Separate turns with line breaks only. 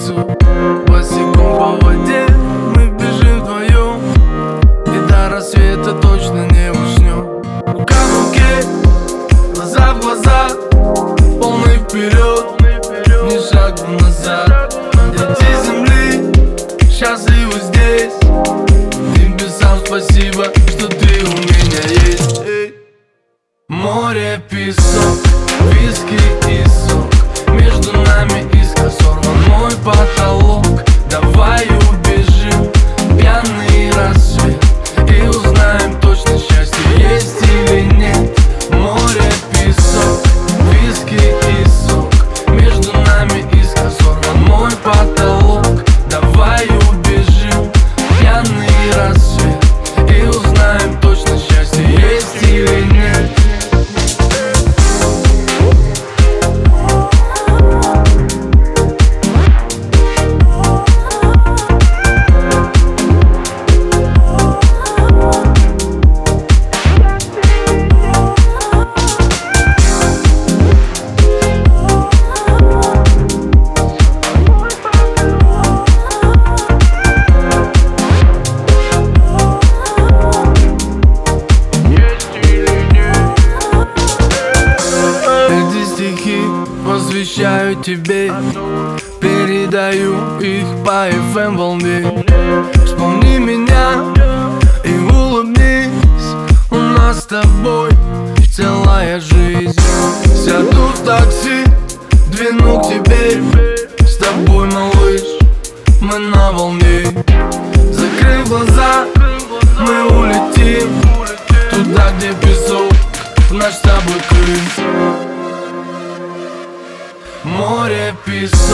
песок, босиком по воде мы бежим вдвоем, и до рассвета точно не уснем. Рука в руке, глаза в глаза, полный вперед, ни шагу назад. Дети земли счастливы здесь, небесам спасибо, что ты у меня есть. Море, песок, виски и сок, между нами искра, сорван мой потолок. Давай убежим в пьяный рассвет и узнаем точно, счастье есть или нет. Море, песок, виски и сок, между нами искра, сорван мой потолок. Давай убежим в пьяный рассвет и узнаем точно, счастье есть или нет. Посвящаю тебе, передаю их по FM волне. Вспомни меня и улыбнись, у нас с тобой целая жизнь. Сяду в такси, двину к тебе, с тобой, малыш, мы на волне. Закрыв глаза, мы улетим туда, где песок, в наш с тобой Крым. Море, песок,